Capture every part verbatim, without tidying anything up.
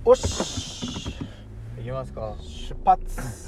おし行きますか。 出発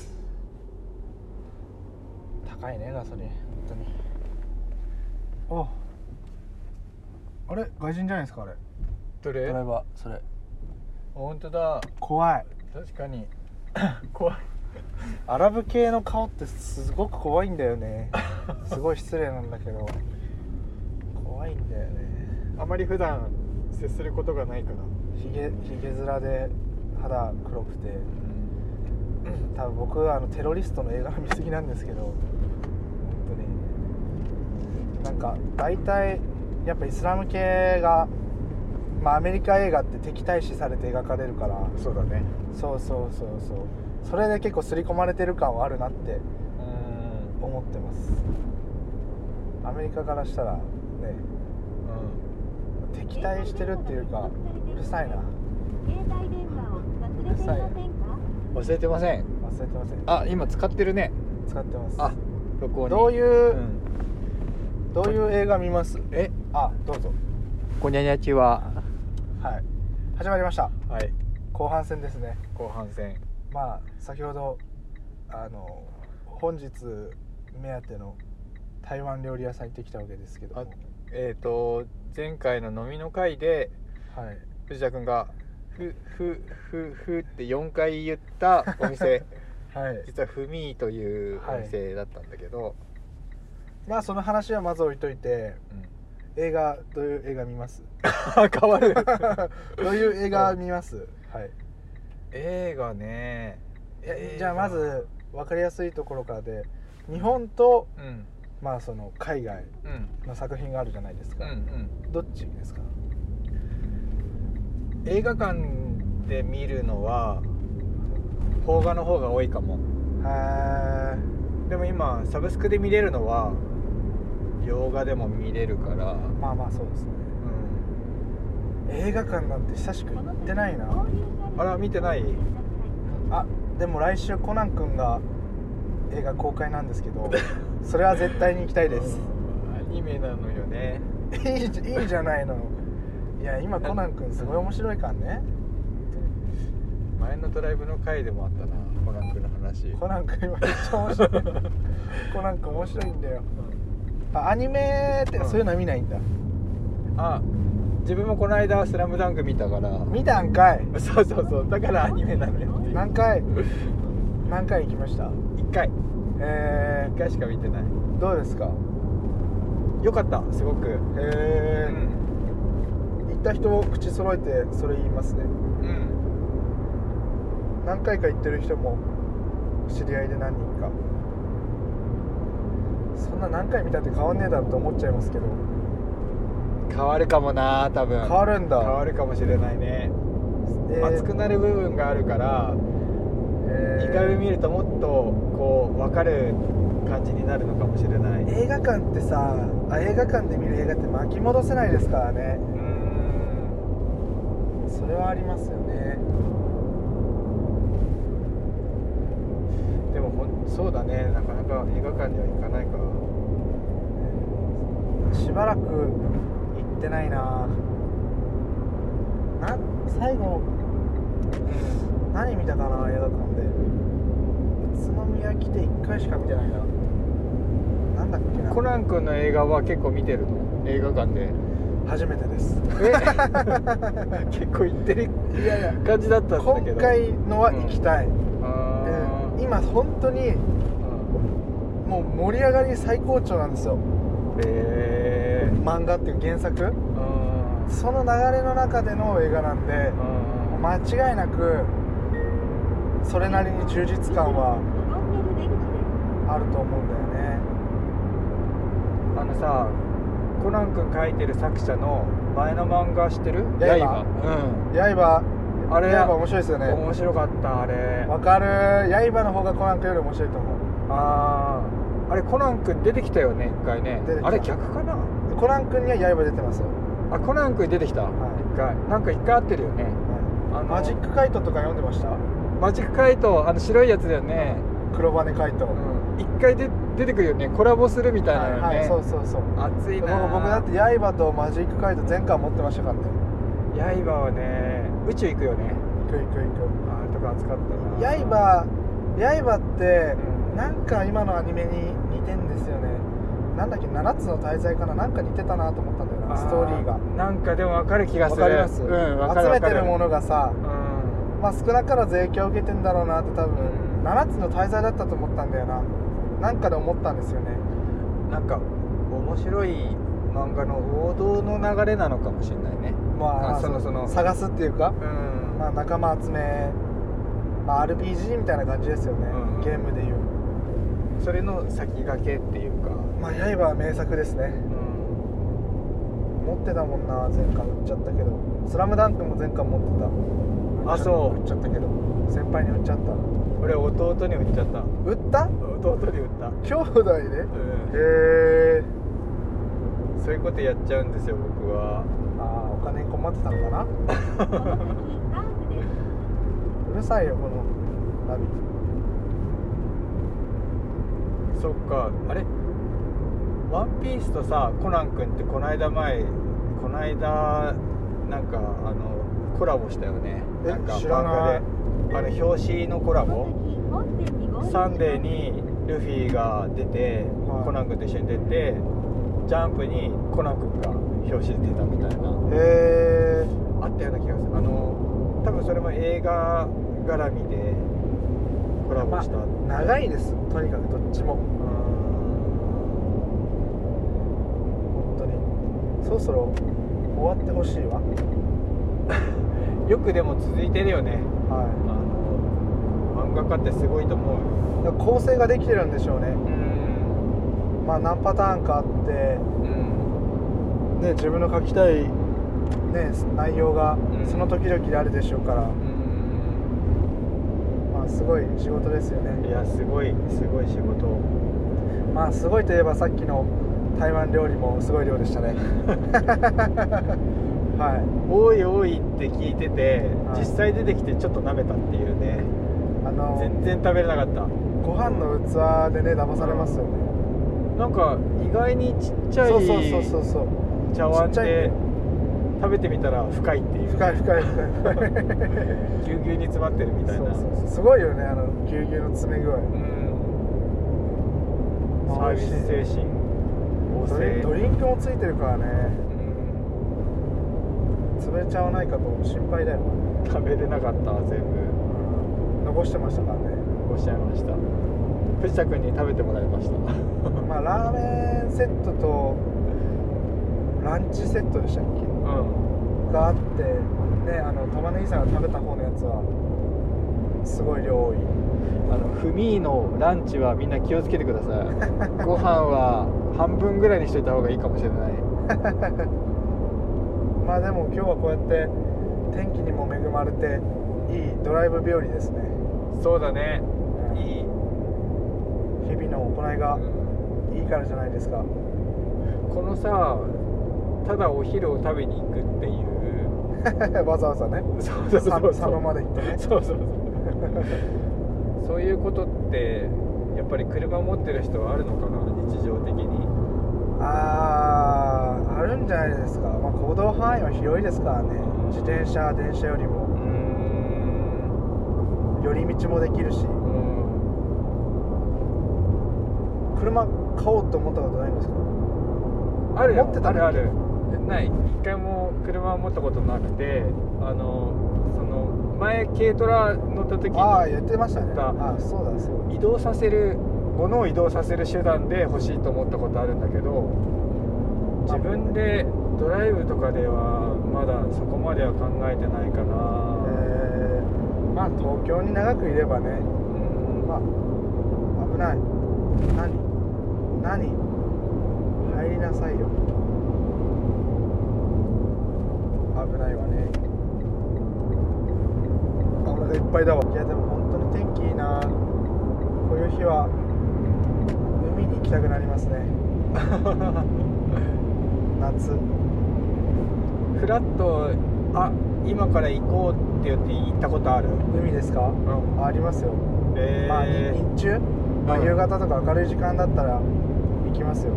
高いねガソリン本当に。おあれ外人じゃないですかあれどれ？ ドライバーそれ。 本当だ。 怖い。 確かに怖い。 アラブ系の顔ってすごく怖いんだよねすごい失礼なんだけど怖いんだよね。 あまり普段接することがないから。 ひげひげ面で肌黒くて、多分僕はあのテロリストの映画の見過ぎなんですけど、本当になんか大体やっぱイスラム系が、まあ、アメリカ映画って敵対視されて描かれるから。 そうだね。 そうそうそうそう、それで結構刷り込まれてる感はあるなって思ってます。アメリカからしたらね、うん、敵対してるっていうかうるさいな。うるさいな。 忘れてません。 忘れてません。 あ、今使ってるね。 使ってます。 あ、録音に。 どういう、 うん、 どういう映画見ます？え、あ、どうぞ。 こにゃにゃちは。 はい。始まりました。 はい。 後半戦ですね。 後半戦。 まあ先ほどあの本日目当ての台湾料理屋さん行ってきたわけですけども。 えっと前回の飲みの会で、 はい、 藤田君がふふふふってよんかい言ったお店、はい、実はふみーというお店だったんだけど、はい、 まあその話はまず置いといて、うん、映画どういう映画見ます？ 変わるどういう映画見ます？はい。 映画ね。 えじゃあまず分かりやすいところからで、日本と、うん、まあその海外の作品があるじゃないですか、うんうん、どっちですか？ 映画館で見るのは邦画の方が多いかも。へー。でも今サブスクで見れるのは洋画でも見れるから。 まあまあそうですね、うん、映画館なんて久しく行ってないな。 あら、見てない？ あ、でも来週コナン君が映画公開なんですけどそれは絶対に行きたいです。 アニメなのよね。 いい、いいじゃないの。いや今コナン君すごい面白いからね。 前のドライブの回でもあったな、コナン君の話。 コナン君今めっちゃ面白いコナン君面白いんだよ。あ、アニメってそういうのは見ないんだ、うん、 あ、自分もこの間スラムダンク見たから。 見たんかい。 そうそうそう、だからアニメなのよっていう。 何回何回行きました？いっかい。 えー、 いっかいしか見てない。 どうですか？ よかった、すごく。へえ、うん、行った人口揃えてそれ言いますね。うん。何回か行ってる人も知り合いで何人か。そんな何回見たって変わんねえだろと思っちゃいますけど。 変わるかもな、多分。 変わるんだ。 変わるかもしれないね、えー、熱くなる部分があるから、えー、にかいめ見るともっとこう分かる感じになるのかもしれない。 映画館ってさあ、映画館で見る映画って巻き戻せないですからね。うーん、それはありますよね。 でもほんそうだね、なかなか映画館には行かないから。 しばらく行ってないな。な最後、うん、何見たかな映画館で。宇都宮来ていっかいしか見てないな。なんだっけな。 コナン君の映画は結構見てるの？映画館で初めてです。 結構行ってる感じだったんだけど、 今回のは行きたい、うん、えー、今本当に、うん、もう盛り上がり最高潮なんですよ。へー。漫画っていう原作、うん、その流れの中での映画なんで、うん、間違いなくそれなりに充実感はあると思うんだよね。 あのさ、コナン君書いてる作者の前の漫画知ってる？ 刃。うん。刃。あれ。刃面白いですよね。 面白かったあれ。 わかる。刃の方がコナン君より面白いと思う。ああ。あれコナン君出てきたよね一回ね。あれ逆かな？ コナン君には刃出てますよ。 あ、コナン君出てきた。はい、一回。なんか一回会ってるよね。はい、 あのマジックカイトとか読んでました？ マジックカイト、あの白いやつだよね。 黒羽カイト。 一、うん、回で出てくるよね。コラボするみたいなのね。 はい、はい、そうそうそう。 熱いな。 僕だって刃とマジックカイト全巻持ってましたからね。 刃はね、宇宙行くよね。 く行く行く。 あれとか熱かったな。 刃刃って、 うん、 なんか今のアニメに似てんですよね。なんだっけ、ななつの大罪かな、なんか似てたなと思ったんだよな、ストーリーが。 なんかでも分かる気がする。 分かります、 うん、分かる。 集めてるものがさ、 うん、 まあ少なからず影響を受けてんだろうなって多分、うん、ななつの大罪だったと思ったんだよな。なんかで思ったんですよね。 なんか面白い漫画の王道の流れなのかもしれないね。 まあ、そのその探すっていうか、うん、まあ、仲間集め、まあ、アールピージー みたいな感じですよね、うん、ゲームでいうそれの先駆けっていうか。 まあ刃は名作ですね、うん、持ってたもんな。前巻売っちゃったけど、スラムダンクも前巻持ってた。 あ、そう。 売っちゃったけど先輩に売っちゃった。 俺弟に売っちゃった。 売った？ 弟に売った。 兄弟で、うん、へえ。 そういうことやっちゃうんですよ僕は。 ああ、お金に困ってたのかなうるさいよこのナビ。 そっか。あれワンピースとさコナン君ってこの間前この間なんかあのコラボしたよね。なんか知らない。 あの表紙のコラボ、サンデーにルフィが出て、はい、コナン君と一緒に出て、ジャンプにコナン君が表紙で出たみたいな。 へえ。 あったような気がする。あの多分それも映画絡みでコラボした、まあ、長いです。とにかくどっちも。本当にそろそろ終わってほしいわよくでも続いてるよね。 はい。 あの漫画家ってすごいと思う。 構成ができてるんでしょうね。 うん。 まあ何パターンかあって、うん、ね、自分の書きたい、ね、内容がその時々であるでしょうから、うん、まあすごい仕事ですよね。 いや、すごいすごい仕事。 まあすごいといえばさっきの台湾料理もすごい量でしたねはい、 多い多いって聞いてて、はい、実際出てきてちょっと舐めたっていうね。あの全然食べれなかった。 ご飯の器でね騙されますよね。 なんか意外にちっちゃい茶碗で食べてみたら深いっていう。 深い深い深いぎゅうぎゅうに詰まってるみたいな。 そうそうそう、すごいよね、あのぎゅうぎゅうの詰め具合。うん、 サービス精神旺盛。 ドリンクもついてるからね、潰れちゃわないかと心配だよ。 食べれなかった全部、 うん、残してましたからね。 残しちゃいました。藤田君に食べてもらいましたまあラーメンセットとランチセットでしたっけ、うん、があってね、あの玉ねぎさんが食べた方のやつはすごい量多い。 あのフミーのランチはみんな気をつけてくださいご飯は半分ぐらいにしといた方がいいかもしれないまあでも今日はこうやって天気にも恵まれていいドライブ日和ですね。 そうだね、うん、いい日々の行いがいいからじゃないですか。 このさ、ただお昼を食べに行くっていうわざわざね、 そうそうそうそう、 佐野まで行ってねそうそうそうそういうことってやっぱり車持ってる人はあるのかな、日常的に。 あー、あるんじゃないですか。まあ、行動範囲は広いですからね、うん、自転車電車よりも。うーん、寄り道もできるし、うん、車買おうと思ったことないんですか？ あるよ、 持ってたあるある。ない、一回も車を持ったことなくて、あのその前軽トラ乗った時に、 ああ言ってましたね。ああ、そうだそうだ。 移動させる物を移動させる手段で欲しいと思ったことあるんだけど、自分でドライブとかではまだそこまでは考えてないかな。 えー、まあ東京に長くいればね、うん、まあ危ない。何何入りなさいよ。危ないわね。お腹いっぱいだわ。いやでも本当に天気いいな。こういう日は海に行きたくなりますね夏。 フラッと、あ、今から行こうって言って行ったことある？ 海ですか？うん、ありますよ。えー、まあ日中、まあ、夕方とか明るい時間だったら行きますよ。うん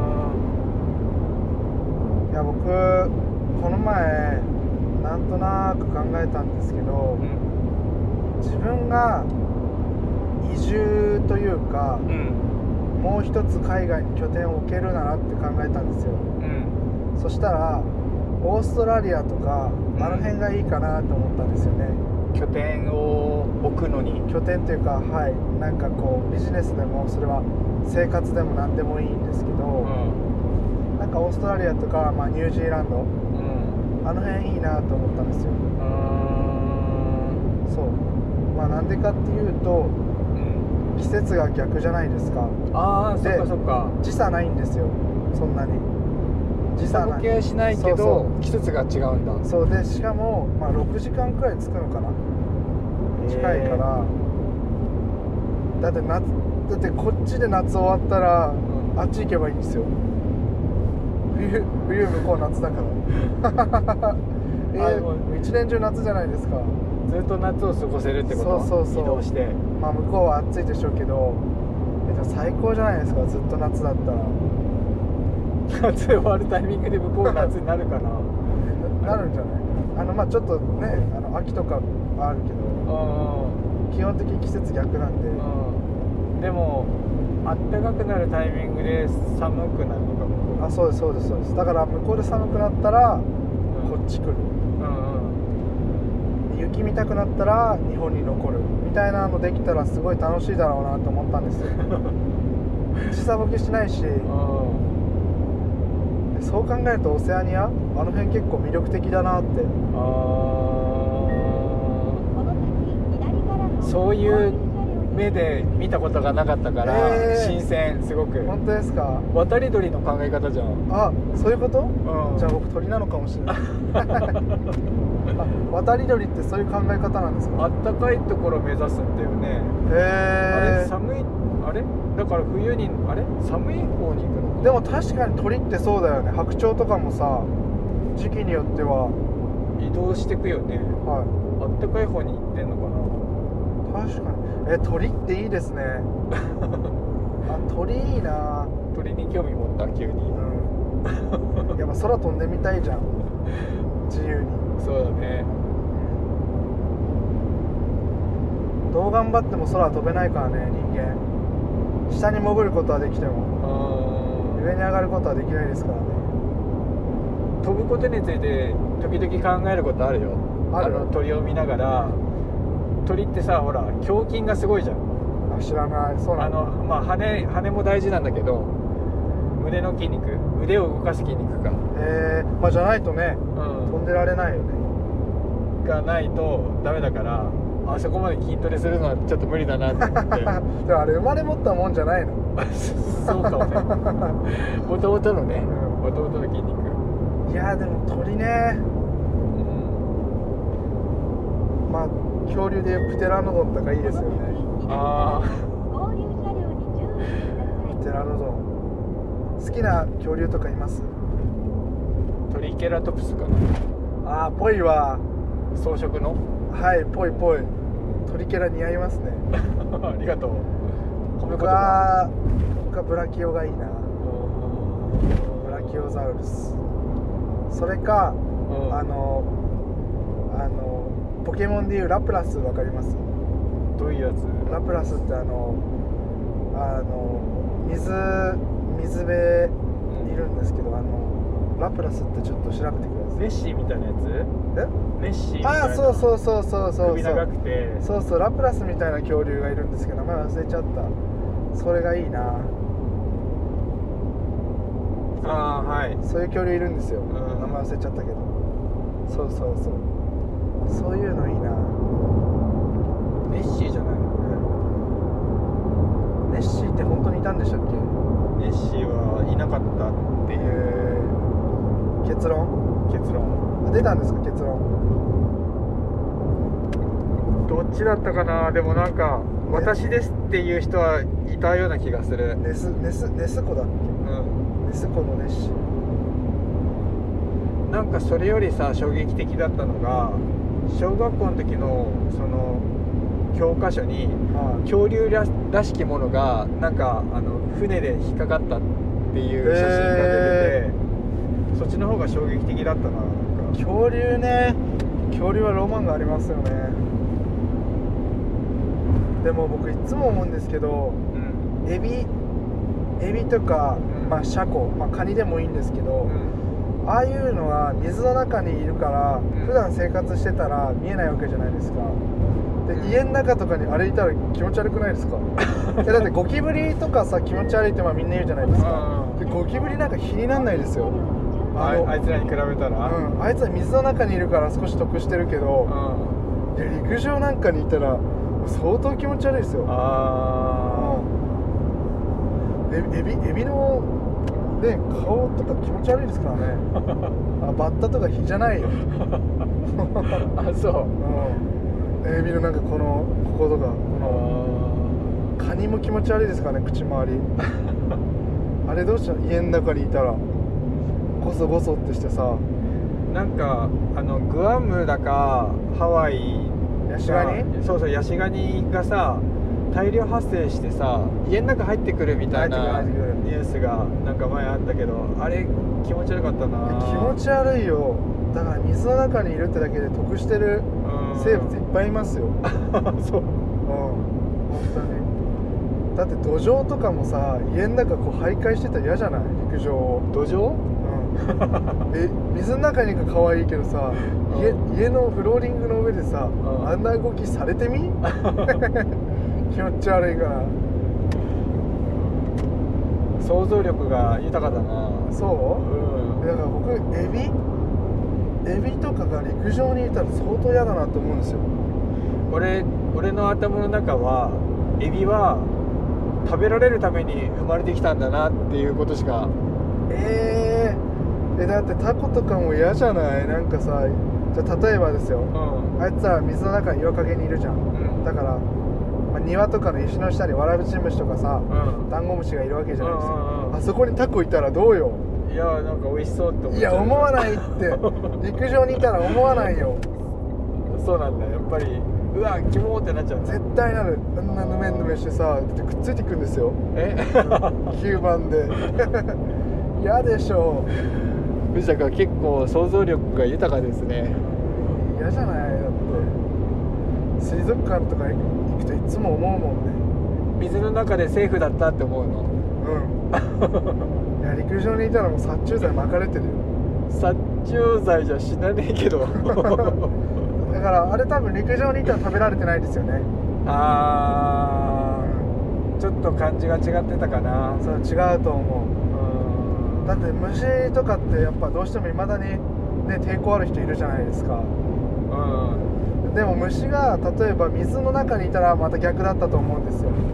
、いや僕この前なんとな長く考えたんですけど、うん、自分が移住というか、うん、もう一つ海外に拠点を置けるならって考えたんですよ、うん、そしたらオーストラリアとか、うん、あの辺がいいかなと思ったんですよね。 拠点を置くのに拠点というか、はい、なんかこうビジネスでもそれは生活でも何でもいいんですけど、うん、なんかオーストラリアとか、まあ、ニュージーランド、うん、あの辺いいなと思ったんですよ。うーんそうまあなんでかっていうと、うん、季節が逆じゃないですか。 ああそっかそっか。 時差ないんですよそんなに。 時差時計しないけどそうそう季節が違うんだ。 そうでしかも、まあ、ろくじかんくらい着くのかな、近いから。だって夏だってこっちで夏終わったら、うん、あっち行けばいいんですよ。冬冬向こう夏だからえー、一年中夏じゃないですか。 ずっと夏を過ごせるってこと。 そうそうそう。 移動してまあ向こうは暑いでしょうけど、最高じゃないですかずっと夏だったら。 夏終わるタイミングで向こう夏になるかななるんじゃない。あのまあちょっとねあの秋とかあるけど基本的に季節逆なんで。 でもあったかくなるタイミングで寒くなるのかも。 あそうですそうですそうです。だから向こうで寒くなったら、うん、こっち来る、うんうん、雪見たくなったら日本に残るみたいなのできたらすごい楽しいだろうなと思ったんですよ時差ボケしないし、そう考えるとオセアニアあの辺結構魅力的だなって。あそういう目で見たことがなかったから、えー、新鮮すごく。 本当ですか。 渡り鳥の考え方じゃん。 あそういうこと、うん、じゃあ僕鳥なのかもしれないあ渡り鳥ってそういう考え方なんですか。 あったかいところを目指すんだよね。 へえ。 あれ寒いあれだから冬にあれ寒い方に行くのか。 でも確かに鳥ってそうだよね。白鳥とかもさ時期によっては移動してくよね。はい。あったかい方に行ってんのかな。 確かに。え鳥っていいですねあ鳥いいな。 鳥に興味持った急に、 うん、やっぱ空飛んでみたいじゃん自由に。 そうだね。 どう頑張っても空は飛べないからね人間。下に潜ることはできても上に上がることはできないですからね。 飛ぶことについて時々考えることあるよ。ある。あの鳥を見ながら、鳥ってさほら胸筋がすごいじゃん。 あ知らない。そうなんだ。 あのまあ羽羽も大事なんだけど胸の筋肉腕を動かす筋肉がへえまあじゃないとね、うん、飛んでられないよね。 がないとダメだからあそこまで筋トレするのはちょっと無理だなと思ってでもあれ生まれ持ったもんじゃないのそうかもねもともとのねもともとの筋肉。 いやでも鳥ね、うん、まあ恐竜でいうプテラノドンとかいいですよね。ああプテラノドン好きな恐竜とかいます？ トリケラトプスかな。ああぽいわ。 草食のはいぽいぽい。トリケラ似合いますねありがとう。 僕は僕はブラキオがいいな。ブラキオザウルス。それか、うん、あのあのポケモンでいうラプラスわかります？ どういうやつ？ ラプラスってあのあの水水辺いるんですけど、うん、あのラプラスってちょっと調べてください。 ネッシーみたいなやつ？ え？ ネッシーみたいな。 あそうそうそうそうそう。 首長くて。 そうそうラプラスみたいな恐竜がいるんですけど名前忘れちゃった。それがいいな。 ああはい。 そういう恐竜いるんですよ。うん、名前忘れちゃったけど。そうそうそう。そういうのいいな。 ネッシーじゃないの？ ネッシーって本当にいたんでしたっけ？ ネッシーはいなかったっていう結論？ 結論。 出たんですか結論？ どっちだったかな。でもなんか私ですっていう人はいたような気がする。 ネスネスネスコだっけ？うん。ネスコのネッシー。 なんかそれよりさ衝撃的だったのが小学校の時のその教科書に恐竜 ら, らしきものがなんかあの船で引っかかったっていう写真が出てて、えー、そっちの方が衝撃的だったな。なんか恐竜ね。恐恐竜はロマンがありますよね。でも僕いつも思うんですけど、うん、エビエビとか、うん、まあシャコ、まあ、カニでもいいんですけど、うん、ああいうのは水の中にいるから、うん、普段生活してたら見えないわけじゃないですか。で、うん、家の中とかにあれいたら気持ち悪くないですか？だってゴキブリとかさ気持ち悪いってまあみんな言うじゃないですか。でゴキブリなんか比になんないですよ。 あの あ, あいつらに比べたら、 うん、あいつら水の中にいるから少し得してるけど、うん、いや陸上なんかにいたら相当気持ち悪いですよ。あ、うん、エビエビの、ね、顔とか気持ち悪いですからね。あ、バッタとか火じゃないよ。 あ、そう、 うん、エビのなんかこのこことかこのカニも気持ち悪いですからね、口周り。あれどうしたの？家の中にいたらゴソゴソってしてさ、 なんかあのグアムだかハワイヤシガニ？ そうそう、ヤシガニがさ大量発生してさ家の中入ってくるみたいなニュースがなんか前あったけど、あれ気持ち悪かったな。 気持ち悪いよ。だから水の中にいるってだけで得してる生物いっぱいいますよ。 そう、うん、 本当に。だって土壌とかもさ家の中こう徘徊してたら嫌じゃない？陸上を。 土壌？ え、水の中にが可愛いけどさ、家、家のフローリングの上でさ、あんな動きされてみ？気持ち悪いから。 想像力が豊かだな。 そう？うん、だから僕エビエビとかが陸上にいたら相当嫌だなと思うんですよ。 俺俺の頭の中はエビは食べられるために生まれてきたんだなっていうことしか。 えーえ、だってタコとかも嫌じゃない？なんかさ、じゃあ例えばですよ、うん、あいつは水の中に岩陰にいるじゃん、うん、だから、まあ、庭とかの石の下にワラブチムシとかさ、うん、ダンゴムシがいるわけじゃないですか、うんうん、あそこにタコいたらどうよ？ いや、なんか美味しそうって思っちゃう。いや、思わないって。陸上にいたら思わないよ。 そうなんだ、やっぱりうわキモーってなっちゃう。 絶対なる。あんなぬめぬめしてさ、くっついてくるんですよ。 えきゅうばんで。嫌でしょ。 藤田君は結構想像力が豊かですね。 嫌じゃない？だって水族館とか行くといつも思うもんね。水の中でセーフだったって思うの？ うん。いや陸上にいたらもう殺虫剤巻かれてるよ。 殺虫剤じゃ死なねえけど。だからあれ多分陸上にいたら食べられてないですよね。 あー、うん、ちょっと感じが違ってたかな。 そう、違うと思う。だって虫とかってやっぱどうしてもいまだに、ね、抵抗ある人いるじゃないですか、うん、でも虫が例えば水の中にいたらまた逆だったと思うんですよ、うん、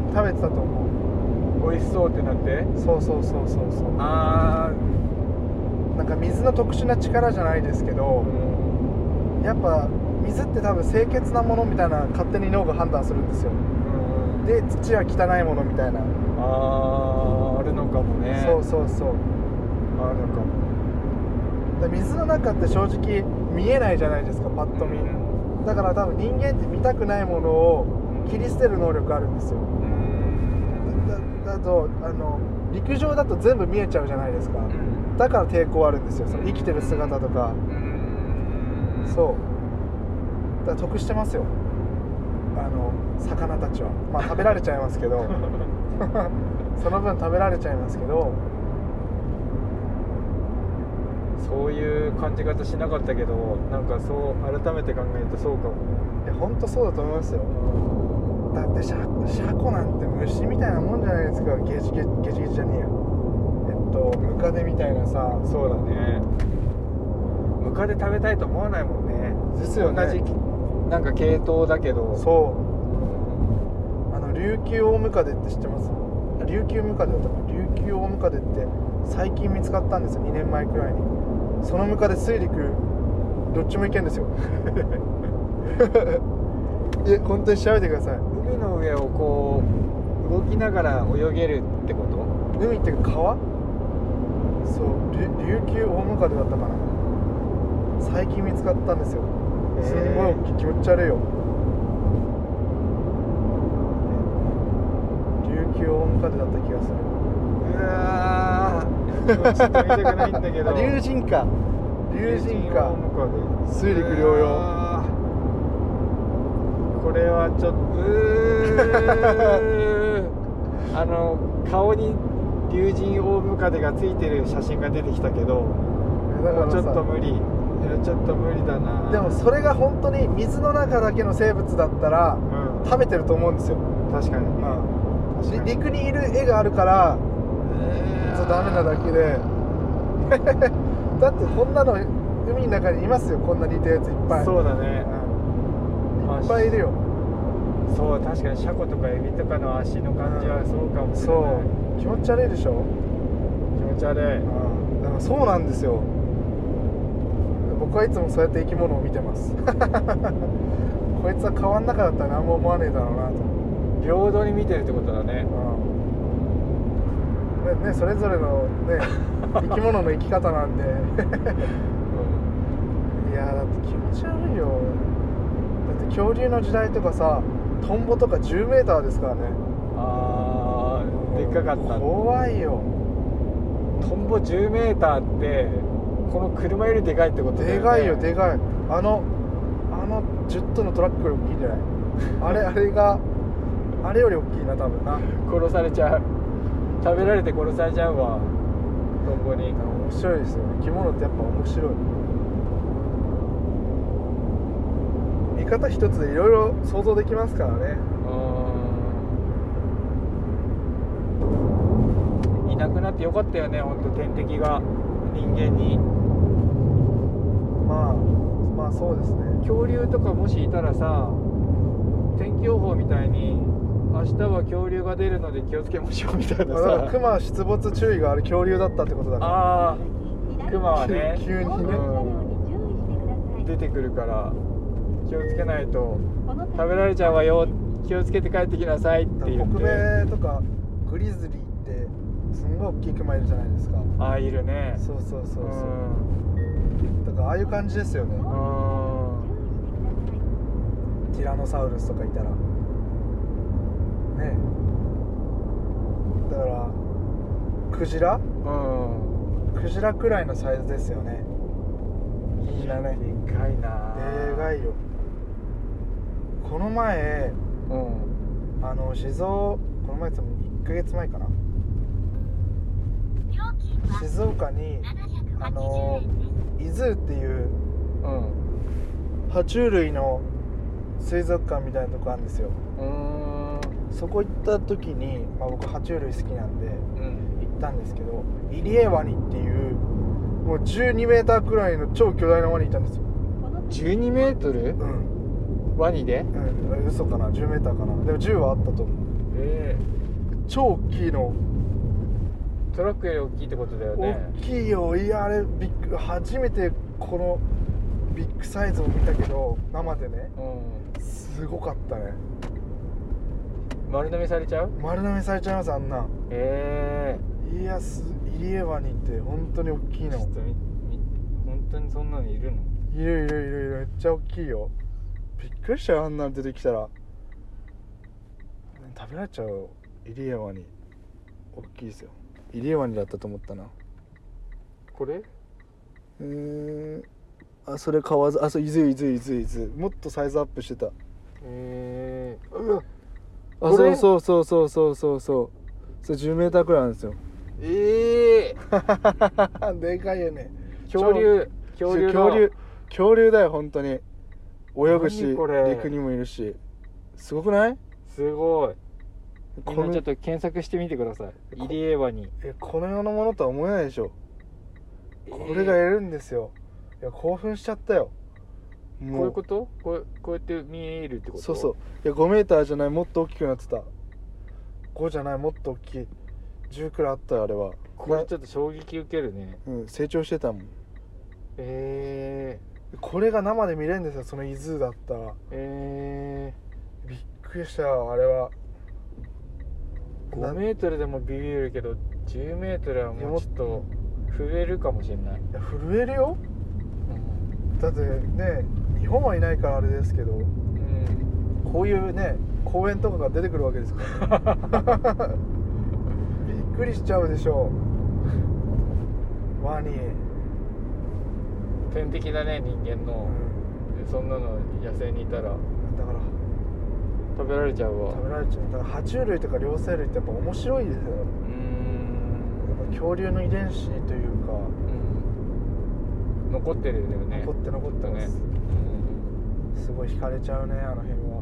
食べてたと思う。美味しそうってなって。 そうそうそうそうそう。 あー、なんか水の特殊な力じゃないですけど、うん、やっぱ水って多分清潔なものみたいな勝手に脳が判断するんですよ、うん、で土は汚いものみたいな。 あー、あるのかもね。 そうそうそう、 あるのかも。 水の中って正直見えないじゃないですか、パッと見、うん、だから多分人間って見たくないものを切り捨てる能力あるんですよ、うん、だ, だとあの陸上だと全部見えちゃうじゃないですか、うん、だから抵抗あるんですよ、その生きてる姿とか、うん、そうだから得してますよ、あの魚たちは。まあ食べられちゃいますけどその分食べられちゃいますけど。 そういう感じ方しなかったけど、なんかそう改めて考えるとそうかも。 いや本当そうだと思いますよ、うん、だってシャ、シャコなんて虫みたいなもんじゃないですか。ゲジゲジゲジゲジじゃねえや、えっとムカデみたいなさ。 そうだね、ムカデ食べたいと思わないもんね。 ですよね。 同じなんか系統だけど。 そう、あの琉球オオムカデって知ってます？琉球ムカデだったかな。琉球オオムカデって最近見つかったんですよ、にねんまえくらいに。そのムカデ水陸どっちもいけんですよえ、本当に調べてください。 海の上をこう動きながら泳げるってこと？ 海っていうか川？そう、琉球オオムカデだったかな。最近見つかったんですよ。すんごい大きい、気持ち悪いよ。琉球オオムカデだった気がする。 うわーちょっと見たくないんだけど龍神か。 龍神か水陸両用。 これはちょっとうーあの顔に龍神大ムカデがついてる写真が出てきたけど、だからちょっと無理。いやちょっと無理だな。 でもそれが本当に水の中だけの生物だったら、うん、食べてると思うんですよ。 確かに、うん、 確かに陸にいる絵があるからそうダメなだけでだってこんなの海の中にいますよ。こんな似たやついっぱい。 そうだね、 うん、いっぱいいるよ。 そう確かにシャコとかエビとかの足の感じはそうかもしれない、うん、 そう気持ち悪いでしょ。 気持ち悪い、うん、 だからそうなんですよ。僕はいつもそうやって生き物を見てますこいつは川の中だったら何も思わねえだろうなと。 平等に見てるってことだね、 うん、ね、それぞれのね生き物の生き方なんで、うん、いやだって気持ち悪いよ。だって恐竜の時代とかさ、トンボとかじゅうメーターですからね。 あー、でっかかった。 怖いよ。 トンボじゅうメーターってこの車よりでかいってことだよね。 でかいよ、でかい。あのあのじゅっトンのトラックより大きいんじゃないあれあれがあれより大きいな多分な。 殺されちゃう。食べられて殺されちゃうわ、トンボに。 面白いですよ。生き物ってやっぱ面白い。見方一つでいろいろ想像できますからね。 うん、いなくなってよかったよね、本当天敵が人間に。 まあまあそうですね。 恐竜とかもしいたらさ、天気予報みたいに明日は恐竜が出るので気をつけましょうみたいなさ。 だからクマ出没注意がある恐竜だったってことだから。 ああ、クマはね急にね、 うん、出てくるから気をつけないと食べられちゃうわよ、気をつけて帰ってきなさいって言って。 北米とかグリズリーってすんごい大きいクマいるじゃないですか。 ああ、いるね。 そうそうそうそう、うん、だからああいう感じですよね。うん、ティラノサウルスとかいたらね。だからクジラ、うん、クジラくらいのサイズですよね。いいなね。 でかいな。 でかいよ。この前、うん、あの静岡、この前っていっかげつまえかな、静岡にあの伊豆っていう、うん、爬虫類の水族館みたいなとこあるんですよ。うーん、そこ行った時に、まあ、僕爬虫類好きなんで、うん、行ったんですけど、イリエワニっていうもうじゅうにメーターくらいの超巨大なワニいたんですよ。 じゅうにメートル？うん。ワニで？ うん、嘘かな、じゅうメーターかな。でもじゅうはあったと思う。えー、超大きいの。 トラックより大きいってことだよね。 大きいよ。いや、あれビッグ、初めてこのビッグサイズを見たけど生でね、うん、すごかったね。 丸飲みされちゃう？ 丸飲みされちゃいます、あんな。ええー、いや、イリエワニって本当に大きいの。ちょっとみみ本当にそんなのいるの？ いるいるいるいる、めっちゃ大きいよ。びっくりしたよ、あんなの出てきたら。食べられちゃうよ、イリエワニ。大きいですよ。イリエワニだったと思ったな。 これ？ うーん、あ、それ買わず、あ、そう、伊豆伊豆伊豆伊豆、もっとサイズアップしてた。えー、うわ、あ、そうそうそうそうそうそうそう、それじゅうメーターくらいあるんですよ。ええー、でかいよね。 恐竜恐竜恐竜恐竜だよ、本当に。泳ぐし、陸にもいるし、すごくない？ すごい。今ちょっと検索してみてください。イリエワニ。 え、この世のものとは思えないでしょ。これがやるんですよ。いや、興奮しちゃったよ。 もうこういうこと？こう、こうやって見えるってこと？ そうそう。いや、ごメーターじゃない、もっと大きくなってた。ごじゃない、もっと大きい。じゅうくらいあったよ、あれは。 これちょっと衝撃受けるね。 うん、成長してたもん。えー、これが生で見れるんですよ、その伊豆だったら。えー、びっくりしたよ、あれは。 ごメートルでもビビるけど、じゅうメートルはもうちょっと震えるかもしれない。いや、震えるよ、うん、だってね、日本はいないからあれですけど、うん、こういうね公園とかが出てくるわけですからびっくりしちゃうでしょ、ワニ。 天敵だね人間の、うん、そんなの野生にいたらだから食べられちゃうわ。 食べられちゃう。だから爬虫類とか両生類ってやっぱ面白いですよ。うーん、やっぱ恐竜の遺伝子というか、 うん、残ってるよね。 残って残ってます、ね、うん、すごい惹かれちゃうねあの辺は。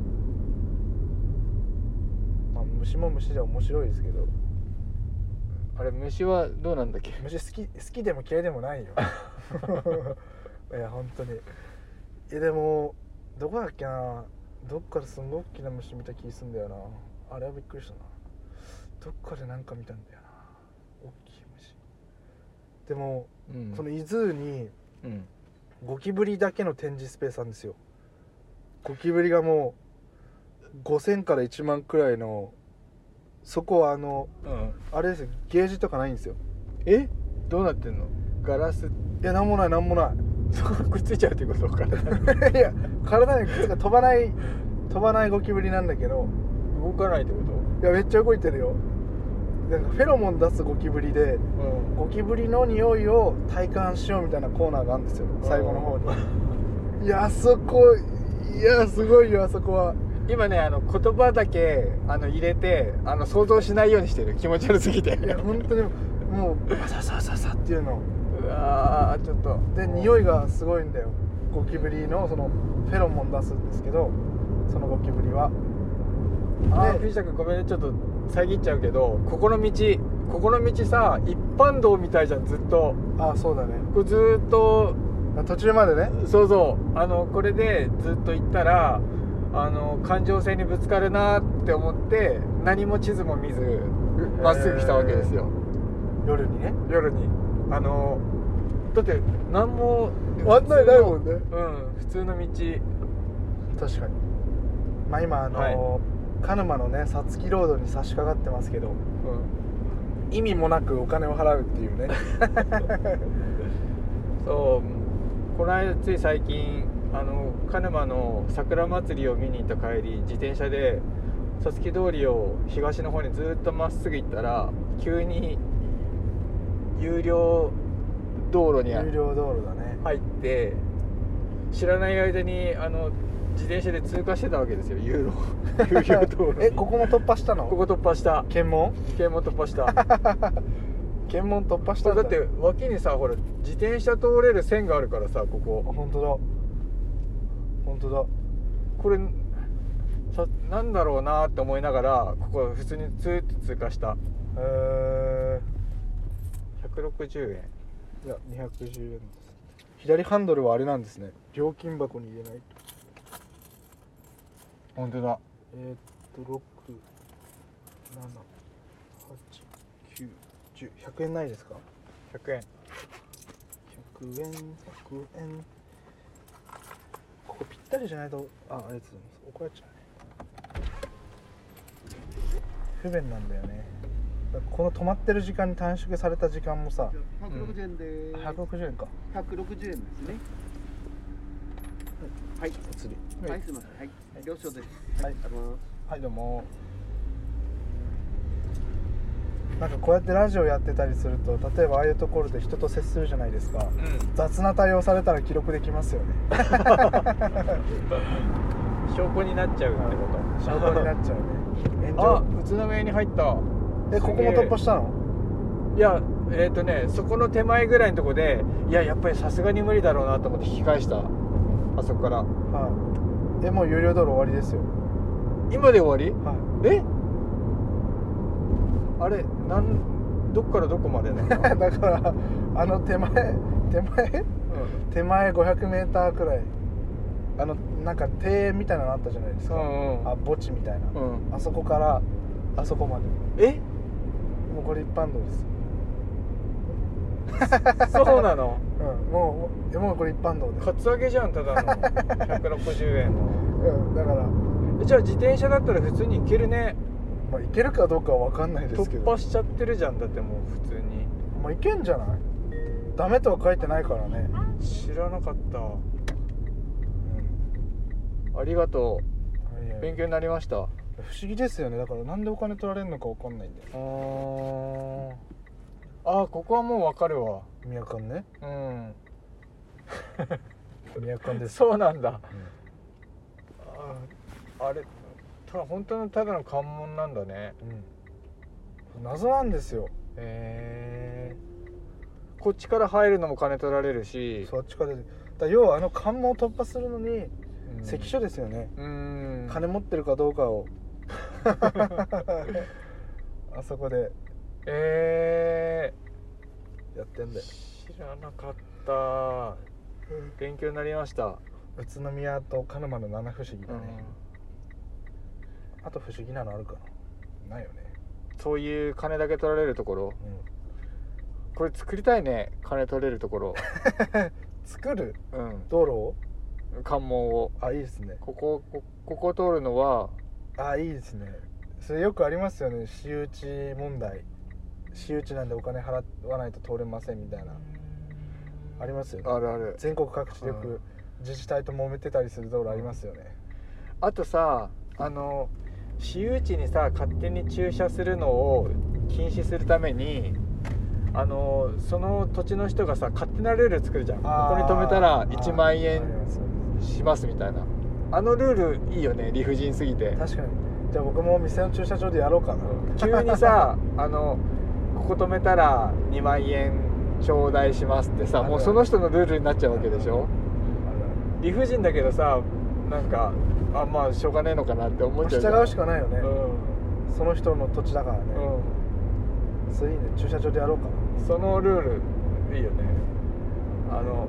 まあ虫も虫で面白いですけど。 あれ虫はどうなんだっけ。 虫好き好きでも嫌いでもないよいや本当に。えでもどこだっけな、どっかですごい大きな虫見た気すんだよな。あれはびっくりしたな。どっかでなんか見たんだよな、大きい虫。でも、うん、その伊豆に、うん、ゴキブリだけの展示スペースあるんですよ。ゴキブリがもうごせんからいちまんくらいの、そこはあの、うん、あれですよ、ゲージとかないんですよ。 え、どうなってんの？ガラス？いや、なんもないなんもない。 そこくっついちゃうってことかないや、体にくっつか飛ばない飛ばないゴキブリなんだけど。 動かないってこと？ いや、めっちゃ動いてるよ。なんかフェロモン出すゴキブリで、うん、ゴキブリの匂いを体感しようみたいなコーナーがあるんですよ、最後の方に。いや、あそこ、いやすごいよあそこは。 今ね、あの言葉だけあの入れて、あの想像しないようにしてる。気持ち悪すぎて。 いや本当にもうササササっていうの。 うわー、ちょっとで匂いがすごいんだよ。ゴキブリのそのフェロモン出すんですけど、そのゴキブリは。 あ、藤田君ごめんね、ちょっと遮っちゃうけど、ここの道ここの道さ、一般道みたいじゃん、ずっと。 あ、そうだね。 これずっと途中までね。 そうそう、あのこれでずっと行ったら、あの環状線にぶつかるなって思って何も地図も見ずまっすぐ来たわけですよ、 えー、夜にね。 夜にあのだって何も案内ないもんね。 うん、普通の道。 確かに。まあ今あの、はい、鹿沼のねさつきロードに差し掛かってますけど、うん、意味もなくお金を払うっていうねそう、この間つい最近あの鹿沼の桜祭りを見に行った帰り、自転車でさつき通りを東の方にずっとまっすぐ行ったら、急に有料道路に有料道路だね入って、知らない間にあの自転車で通過してたわけですよ、有料有料道路え、ここも突破したの？ ここ突破した。 検問？ 検問突破した検問突破したんだ。 だって脇にさ、ほら自転車通れる線があるからさ、ここ。 あ、本当だ本当だ。 これさ、なんだろうなって思いながら、ここ普通にツーッと通過した。へえ。 ひゃくろくじゅうえん。いやにひゃくじゅうえんです。左ハンドルはあれなんですね、料金箱に入れないと。 本当だ。 えー、っとろく、なな、はち、きゅう、じゅう、ひゃくえんないですか？ ひゃくえん。ひゃくえん、ひゃくえん。ここぴったりじゃないと、あ、ありがとうございます。怒られちゃうね。不便なんだよね。この止まってる時間に短縮された時間もさ、 ひゃくろくじゅうえんでーす。 ひゃくろくじゅうえんか。 ひゃくろくじゅうえんですね。はい。 お釣り。 はい、すみません。はい。了承です。 はい。 ありがとうございます。 はい、どうも。なんかこうやってラジオやってたりすると、例えばああいうところで人と接するじゃないですか、うん、雑な対応されたら記録できますよね証拠になっちゃうってこと。 証拠になっちゃうね。 あ、宇都宮に入った。 え、ここも突破したの？ いや、えっとね、そこの手前ぐらいのとこで、いや、やっぱりさすがに無理だろうなと思って引き返した。あそこから。 はい。え、もう有料道路終わりですよ。 今で終わり？ はい。 え？あれ、なんどっからどこまでなんだだからあの手前手前、うん、手前ごひゃくメーターくらい、あのなんか庭園みたいなのあったじゃないですか、うんうん、あ、墓地みたいな、うん、あそこからあそこまで。 え？ もうこれ一般道です。そうなの？ うん、もうもうこれ一般道で。 カツアゲじゃん、ただのひゃくろくじゅうえんの。 うん、だからじゃあ自転車だったら普通に行けるね。 まあ、行けるかどうかは分かんないですけど、 突破しちゃってるじゃん。だってもう普通に。 まあ、行けんじゃない？ダメとは書いてないからね。 知らなかった、うん、ありがとう、いやいや勉強になりました。 不思議ですよね。だからなんでお金取られるのか分かんないんだよ。 ああ、ここはもう分かるわ。 宮間ね。 うんミヤコンです。 そうなんだ、 うん、 ああれただ本当のただの関門なんだね、 うん、謎なんですよ。 へえー、こっちから入るのも金取られるし、 そっちからだ要はあの関門を突破するのに、うん、関所ですよね。 うん、 金持ってるかどうかをあそこでえー、やってんだよ。 知らなかった、勉強になりました。 宇都宮と鹿沼の七不思議だね、うん、あと不思議なのあるかな。ないよね。 そういう金だけ取られるところ、うん、これ作りたいね、金取れるところ作る、 うん、 道路を関門を。 あ、いいですね。 こここここ通るのはあ、いいですね。それよくありますよね、私有地問題。私有地なんでお金払わないと通れませんみたいなありますよね。 あるある。 全国各地でよく自治体と揉めてたりする道路ありますよね。 あとさ、あの私有地にさ勝手に駐車するのを禁止するために、あのその土地の人がさ勝手なルール作るじゃん。ここに止めたらいちまんえんしますみたいな。あのルールいいよね、理不尽すぎて。 確かに。じゃあ僕も店の駐車場でやろうかな。 急にさあのここ止めたらにまんえん頂戴しますってさ、もうその人のルールになっちゃうわけでしょ。理不尽だけどさ、なんかあまあしょうがねえのかなって思っちゃう。 従うしかないよね、 うん、 その人の土地だからね、うん、それいいね、駐車場でやろうかな。 そのルールいいよね。あの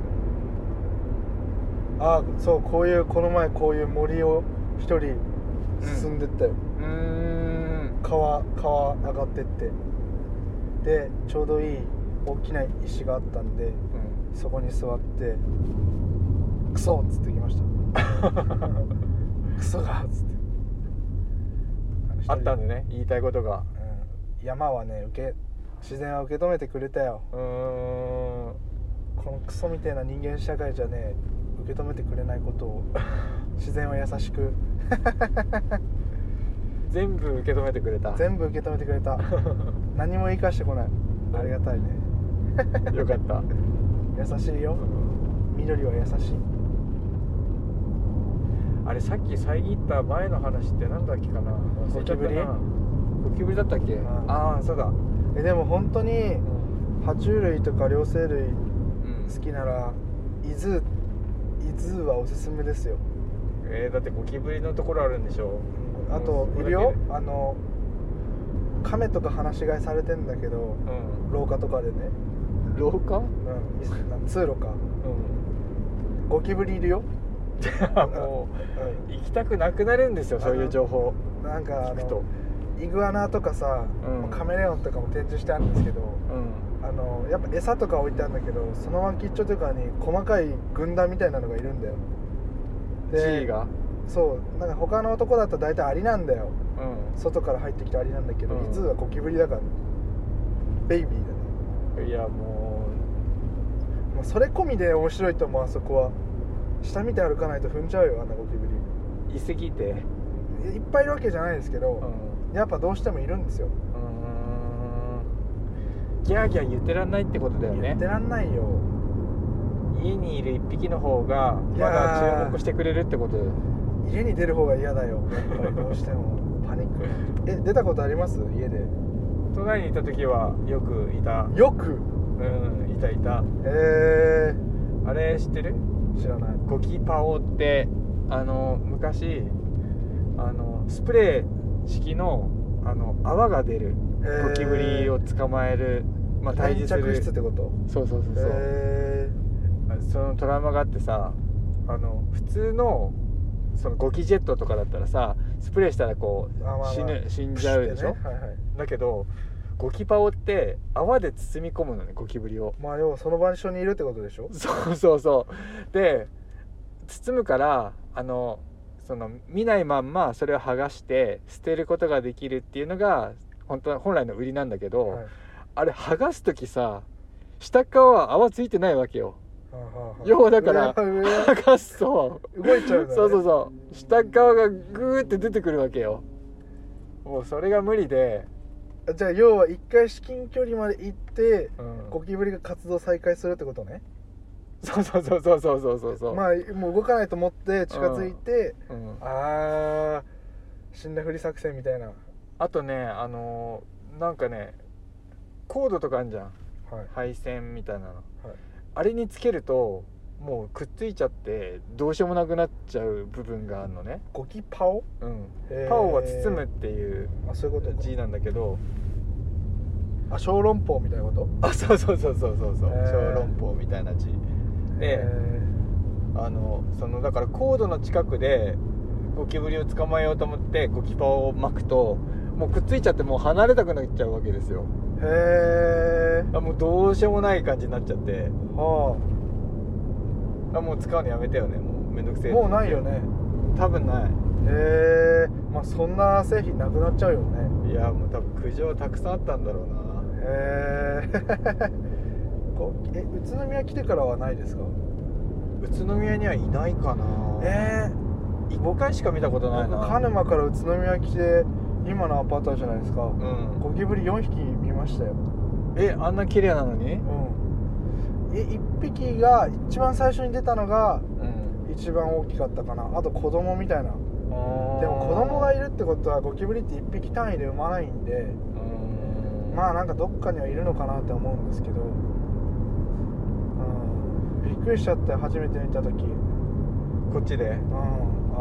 あそうこういうこの前こういう森を一人進んでったよ、 うん、うーん川川上がってってでちょうどいい大きな石があったんで、うん、そこに座ってクソっつってきましたクソがっつってあったんでね、言いたいことが、 うん、山はね受け自然は受け止めてくれたよ。 うーんこのクソみたいな人間社会じゃね受け止めてくれないことを自然は優しく全部受け止めてくれた。 全部受け止めてくれた何も生かしてこない。ありがたいねよかった優しいよ、緑は優しい。 あれさっき遮った前の話って何だっけかな。 ゴキブリゴキブリだったっけ。ああそうだ。 えでも本当に爬虫類とか両生類好きなら、うん、伊豆伊豆はおすすめですよ。 えー、だってゴキブリのところあるんでしょ。 あといるよ、あの亀とか放し飼いされてんだけど、うん、廊下とかでね。 廊下？うん、 通路か、うん、ゴキブリいるよもう、うん、行きたくなくなるんですよ、そういう情報。 なんかあのイグアナとかさ、うん、カメレオンとかも展示してあるんですけど、うん、あのやっぱ餌とか置いてあるんだけど、その脇っちょとかに細かい軍団みたいなのがいるんだよ。 で G がそうなんか他の男だったら大体アリなんだよ、うん、外から入ってきたアリなんだけど、うん、伊豆はゴキブリだからベイビーだね。 いやもうもうそれ込みで面白いと思う。あそこは下見て歩かないと踏んじゃうよ、あんなゴキブリ。 いすぎていっぱいいるわけじゃないですけど、うん、やっぱどうしてもいるんですよ。 うーんギャーギャー言ってらんないってことだよね。 言ってらんないよ。 家にいる一匹の方がまだ注目してくれるってこと。 家に出る方が嫌だよ、やっぱりどうしてもパニック。え出たことあります？家で。 都内にいた時はよくいた。 よく？ うんいたいた。 へえ。 あれ知ってる？ 知らない。 ゴキパオってあの昔あのスプレー式のあの泡が出るゴキブリを捕まえる、まあ退治する。 粘着質ってこと？ そうそうそうそう。 へそのトラウマがあってさ、あの普通のそのゴキジェットとかだったらさスプレーしたらこう、まあまあ、死ぬ死んじゃうでしょ、ねはいはい、だけどゴキパオって泡で包み込むのね、ゴキブリを。 まあ要はその場所にいるってことでしょ。 そうそうそうで包むからあのその見ないまんまそれを剥がして捨てることができるっていうのが本当は本来の売りなんだけど、はい、あれ剥がす時さ下側は泡ついてないわけよ。要はだから剥がすと動いちゃうんだね。 そうそうそう下側がグーって出てくるわけよ。もうそれが無理で、 じゃあ要は一回至近距離まで行って、うん、ゴキブリが活動再開するってことね。 そうそうそうそうそうそうそうそう、 まあもう動かないと思って近づいて、 うんうん、 あー死んだふり作戦みたいな。 あとねあのー、なんかねコードとかあるじゃん、 はい、 配線みたいなの、はい、あれにつけるともうくっついちゃってどうしようもなくなっちゃう部分があるのね。 ゴキパオ、 うん、パオは包むっていう字なんだけど、 あ、小籠包みたいなこと。 あ、そうそうそうそうそうそう、小籠包みたいな字で、あのそのだからコードの近くでゴキブリを捕まえようと思ってゴキパオを巻くともうくっついちゃってもう離れたくなっちゃうわけですよ。 へえ。 あ、もうどうしようもない感じになっちゃって、はあ、あもう使うのやめてよね、もうめんどくせえ。 もうないよね。 多分ない。 へえ。まあそんな製品なくなっちゃうよね。 いやもう多分苦情たくさんあったんだろうな。 へえ。こうえ宇都宮来てからはないですか？ 宇都宮にはいないかな。 ええー、いっかいしか見たことないな。 鹿沼から宇都宮来て今のアパートじゃないですか、うん、ゴキブリよんひき見ましたよ。 え、あんな綺麗なのに？うん。 え、いっぴきが一番最初に出たのが、うん、一番大きかったかな。あと子供みたいな。でも子供がいるってことはゴキブリっていっぴき単位で産まないんで、うん、まあなんかどっかにはいるのかなって思うんですけど、うん、びっくりしちゃって初めて見た時。 こっちで？ うん、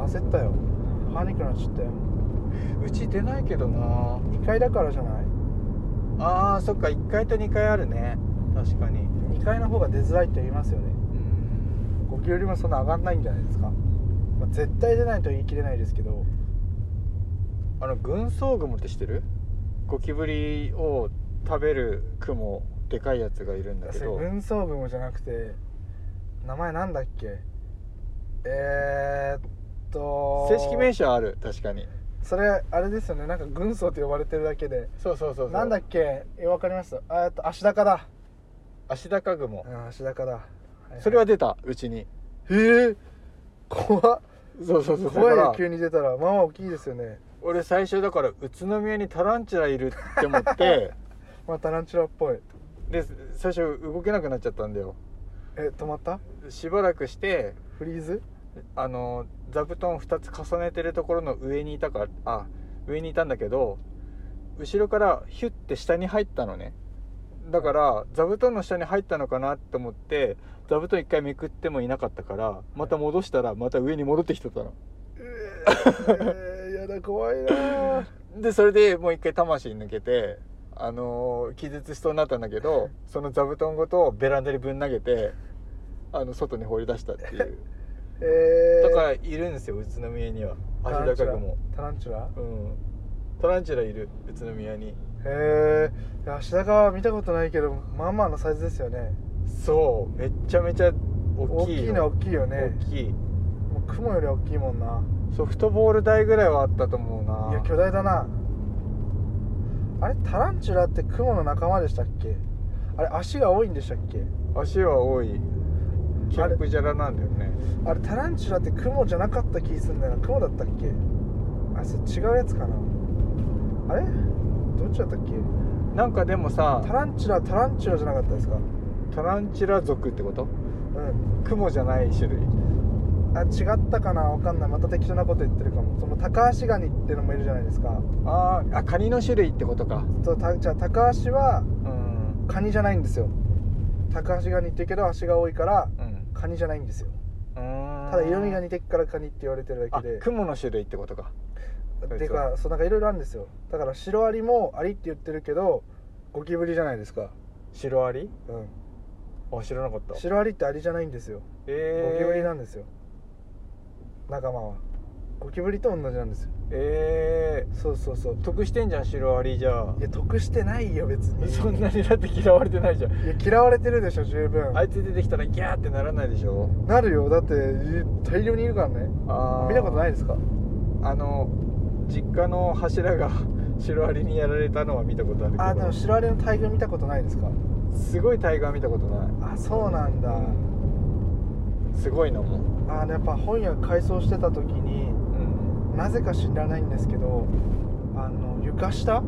焦ったよ。パニックなっちゃったよ。 うち出ないけどな。 にかいだからじゃない？ あーそっか、いっかいとにかいあるね。確かににかいの方が出づらいって言いますよね。うん、ゴキブリもそんな上がんないんじゃないですか。まあ、絶対出ないと言い切れないですけど、 あの軍曹雲って知ってる？ゴキブリを食べる雲、でかいやつがいるんだけど。 軍曹雲じゃなくて名前なんだっけ？えー、っと正式名称はある。確かにそれあれですよね。なんか軍曹って呼ばれてるだけで。 そうそうそうそう。 なんだっけ？え、わかります？えっと足高だ。 足高雲。 うん、足高だ、はいはい、 それは出たうちに。 へえ、怖っ。 そうそうそう。 怖いよ、急に出たら。まあまあ大きいですよね。 俺最初だから宇都宮にタランチュラいるって思ってまあタランチュラっぽいで、最初動けなくなっちゃったんだよ。 え、止まった？ しばらくしてフリーズ？ あの座布団ふたつ重ねてるところの上にいたかあ上にいたんだけど、後ろからヒュッて下に入ったのね。だから座布団の下に入ったのかなと思って座布団一回めくってもいなかったから、また戻したらまた上に戻ってきてたの。 えー、やだ、怖いな。 でそれでもう一回魂抜けて、あのー、気絶しそうになったんだけど、その座布団ごとベランダにぶん投げて、あの外に放り出したっていうえー、だからいるんですよ宇都宮には。足高雲タランチュラ、 うん、タランチュラいる宇都宮に。 へえ。足高は見たことないけどまあまあのサイズですよね。 そう、めっちゃめちゃ大きいよ。 大きいの大きいよね。 大きい。 もう雲より大きいもんな。 ソフトボール台ぐらいはあったと思うな。 いや巨大だな。あれタランチュラって雲の仲間でしたっけ？あれ足が多いんでしたっけ？ 足は多い。キャンプジャラなんだよね。 あれタランチュラって雲じゃなかった気するんだよな。雲だったっけ？あ、それ違うやつかな。あれどっちだったっけ？ なんかでもさ、 タランチュラタランチュラじゃなかったですか？ タランチュラ属ってこと？ うん、 雲じゃない種類。 あ、違ったかな、わかんない。また適当なこと言ってるかも。そのタカアシガニってのもいるじゃないですか。 ああ、カニの種類ってことか。 そうたじゃあタカアシは、うん、カニじゃないんですよ。タカアシガニって言うけど足が多いから、うん、カニじゃないんですよ。ただ色味が似てっからカニって言われてるだけで。 あ、雲の種類ってことか。 っていうか、そうなんかいろいろあるんですよ。だからシロアリもアリって言ってるけどゴキブリじゃないですか。 シロアリ？ うん。 あ、知らなかった。 シロアリってアリじゃないんですよ。えー、ゴキブリなんですよ。仲間はゴキブリと同じなんですよ。 えー、 そうそうそう。 得してんじゃんシロアリじゃあ。 いや得してないよ別に。 そんなにだって嫌われてないじゃん。 いや嫌われてるでしょ十分。 あいつ出てきたらギャーってならないでしょ。 なるよ。だって大量にいるからね。あ、見たことないですか？ あの実家の柱がシロアリにやられたのは見たことあるけど。 あ、でもシロアリの大群見たことないですか？ すごい大群見たことない。 あ、そうなんだ。 すごいのも。 あのやっぱ本屋改装してた時に、うん、なぜか知らないんですけど、あの床下、うん、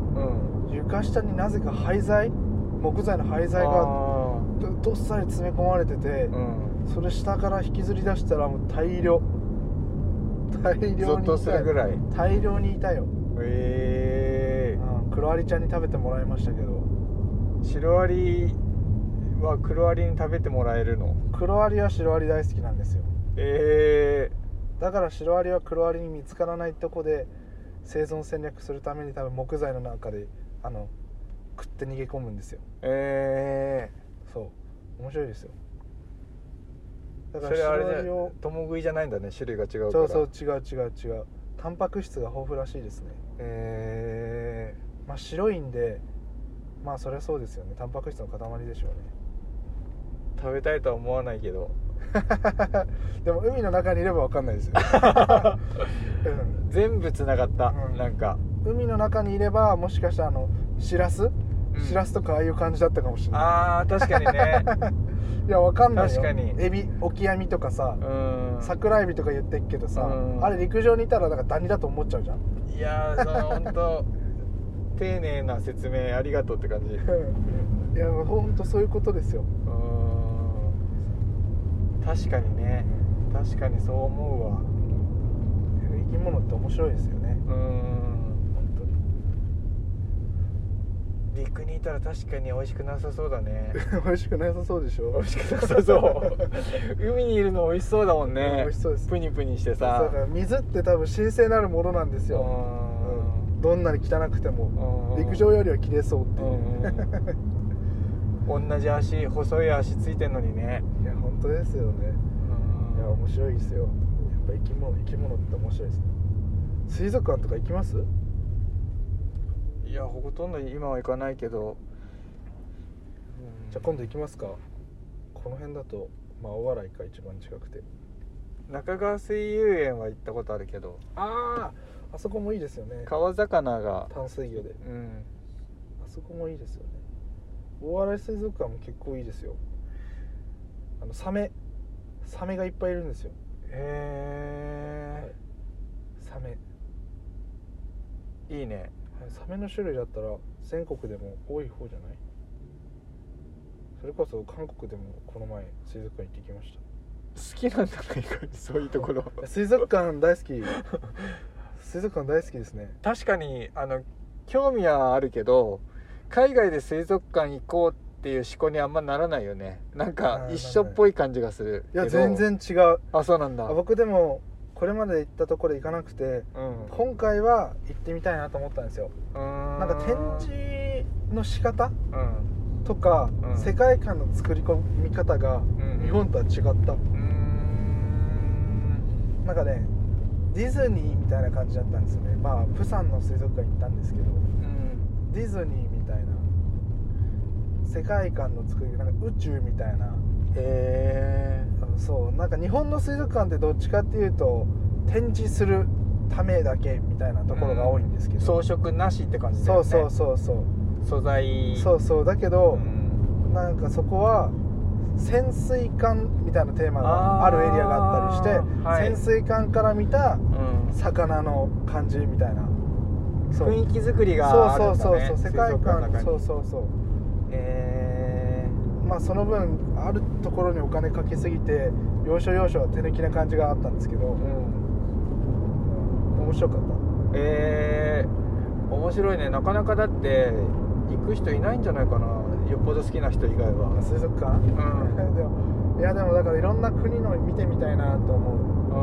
床下になぜか廃材、木材の廃材が ど, どっさり詰め込まれてて、うん、 それ下から引きずり出したらもう大量大量にいたよ。 ゾッとするぐらい大量にいたよ。 へえー、 うん、クロアリちゃんに食べてもらいましたけど。 シロアリはクロアリに食べてもらえるの？ クロアリはシロアリ大好きなんですよ。 えー、だからシロアリはクロアリに見つからないとこで生存戦略するために多分木材の中であの食って逃げ込むんですよ。 えー、そう面白いですよ。 だからシロアリをそれあれじゃ共食いじゃないんだね、種類が違うから。 そうそう違う違う違う、タンパク質が豊富らしいですね。 えー、まあ白いんでまあそりゃそうですよね、タンパク質の塊でしょうね。 食べたいとは思わないけどでも海の中にいれば分かんないですよ、 うん、全部つながった、うん、なんか海の中にいればもしかしたらあのシラス、うん、シラスとかああいう感じだったかもしれない。 あー確かにねいや分かんないよ。 確かにエビ、オキアミとかさ、 うん、 桜エビとか言ってっけどさ、うん、あれ陸上にいたらなんかダニだと思っちゃうじゃん。 いやーその本当丁寧な説明ありがとうって感じいや本当そういうことですよ。 うん、確かにね、確かにそう思うわ。 生き物って面白いですよね。うん、本当に陸にいたら確かに美味しくなさそうだね美味しくなさそうでしょ。 美味しくなさそう海にいるの美味しそうだもんね。 美味しそうです。 プニプニしてさ。 だから水って多分神聖なるものなんですよ。うん、どんなに汚くても陸上よりは綺麗そうっていう同じ足、細い足ついてんのにね。 いや本当ですよね。いや面白いですよ。やっぱ生き物、生き物って面白いですね。水族館とか行きます？ いやほとんど今は行かないけど、 じゃあ今度行きますか。この辺だとまあ大洗か一番近くて。 中川水遊園は行ったことあるけど、 あああそこもいいですよね。 川魚が淡水魚で、うん、あそこもいいですよね。大洗水族館も結構いいですよ。あのサメサメがいっぱいいるんですよ。 へえ、はい、 サメいいね。 サメの種類だったら全国でも多い方じゃない？それこそ韓国でもこの前水族館行ってきました。 好きなんだねそういうところ水族館大好き水族館大好きですね。 確かにあの興味はあるけど海外で水族館行こうっていう思考にあんまならないよね。なんか一緒っぽい感じがするけど。 いや全然違う。 あ、そうなんだ。 僕でもこれまで行ったところ行かなくて、うん、今回は行ってみたいなと思ったんですよ。うーん、なんか展示の仕方、うん、とか、うん、世界観の作り込み方が日本とは違った、うん、なんかねディズニーみたいな感じだったんですよね。まあプサンの水族館行ったんですけど、うん、ディズニーみたいな世界観の作り、なんか宇宙みたいな。へー、そうなんか日本の水族館ってどっちかっていうと展示するためだけみたいなところが多いんですけど、 うん、装飾なしって感じだよね。 そうそうそうそう素材そうそうだけど、うん、なんかそこは潜水艦みたいなテーマがあるエリアがあったりして、はい、潜水艦から見た魚の感じみたいな、 うん、雰囲気作りがあるんだね。 そうそうそうそう世界観、そうそうそう、えー、まあその分あるところにお金かけすぎて要所要所は手抜きな感じがあったんですけど、うん、面白かった。えー、面白いね。なかなかだって行く人いないんじゃないかな、よっぽど好きな人以外は。 水族館、うん、でもいやでもだからいろんな国の見てみたいなと思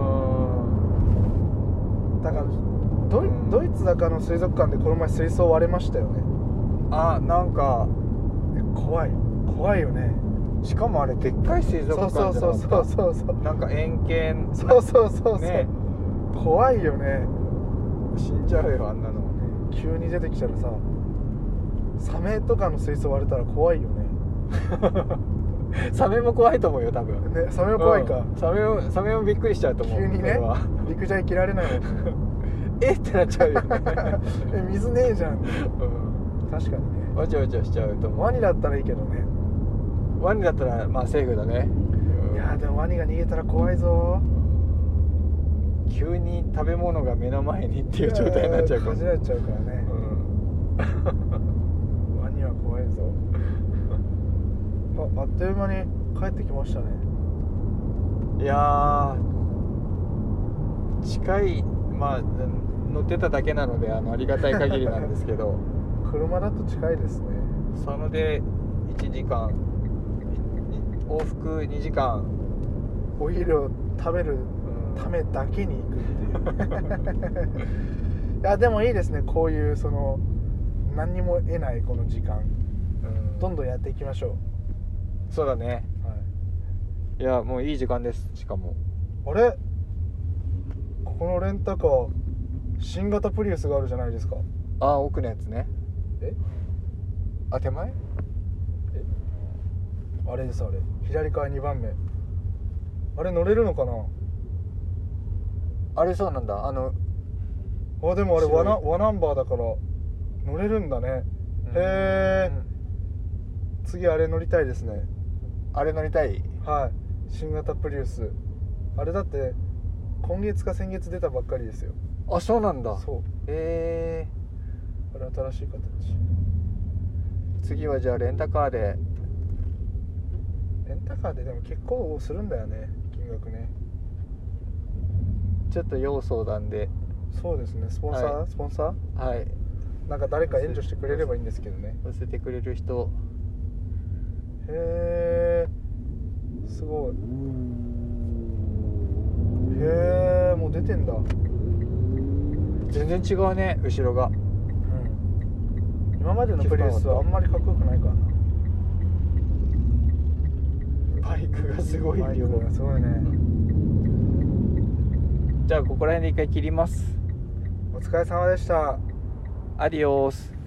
う。うん、だからドイ、うん、ドイツだかの水族館でこの前水槽割れましたよね。 あ、なんか怖い怖いよね。 しかもあれでっかい水族館じゃなかった？ そうそうそうそうそう、 なんか円形、 そうそうそうそう、 ね、 怖いよね。 死んじゃうよあんなの。 急に出てきたらさ、サメとかの水槽割れたら怖いよね。 サメも怖いと思うよ多分ね。サメも怖いか、 うん、サメもサメもびっくりしちゃうと思う。 急にね陸じゃ生きられないもんえってなっちゃうよねえ水ねえじゃん、うん、確かにね、 わちゃわちゃしちゃうと思う。 ワニだったらいいけどね。 ワニだったらまあセーフだね、 うん、いやでもワニが逃げたら怖いぞ。 急に食べ物が目の前にっていう状態になっちゃうから、 かじられちゃうからね、うん、ワニは怖いぞあ, あっという間に帰ってきましたね。 いやー近い、まあ乗ってただけなのであのありがたい限りなんですけど車だと近いですね。 そのでいちじかん往復にじかんお昼を食べるためだけに行くっていういやでもいいですね、こういうその何にも得ないこの時間、うん、どんどんやっていきましょう。そうだね、はい、いやもういい時間です。しかもあれここのレンタカー新型プリウスがあるじゃないですか。 ああ奥のやつね。 えあ手前、えあれですあれ左からにばんめ、あれ乗れるのかな。 あれそうなんだ。あのあでもあれワナワナンバーだから乗れるんだね。へえ、次あれ乗りたいですね。 あれ乗りたい。 はい、新型プリウスあれだって今月か先月出たばっかりですよ。 あそうなんだ。 そうへえー、あれ新しい形。 次はじゃあレンタカーで。 レンタカーででも結構するんだよね金額ね。 ちょっと要相談で。 そうですね、スポンサー、はい、スポンサーはい、 なんか誰か援助してくれればいいんですけどね。 乗せてくれる人。 へえすごい。へえもう出てんだ。 全然違うね後ろが、うん、 今までのプリウスはあんまりかっこよくないからな。 バイクがすごい量。 バイクがすごいね。 じゃあここら辺で一回切ります。 お疲れ様でした。 アディオース。